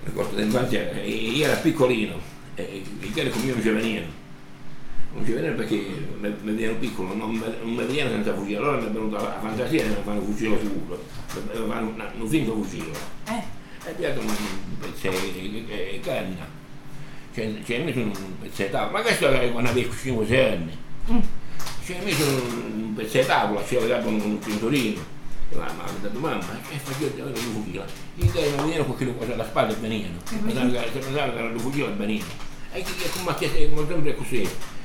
ricordo d'infanzia, io ero piccolino e i cani con me non ci venivano. Non ci venivano perché mi vedevano piccolo, non mi vedevano senza fucile. Allora mi è venuta la fantasia di fare un fucile sicuro, mi fanno un finto fucile. E piato un pezzetto di canna. Ci hai messo un pezzetto, ma questo era quando avevo 5-6 anni. Ci hai messo un pezzetto di tavola, ci aveva dato un pintorino. Ma mi ha detto mamma, che faccio un fucile? I cani non venivano con quello qua alla spalla e venivano. Se pensavano che era un fucile e venivano. E come sempre così.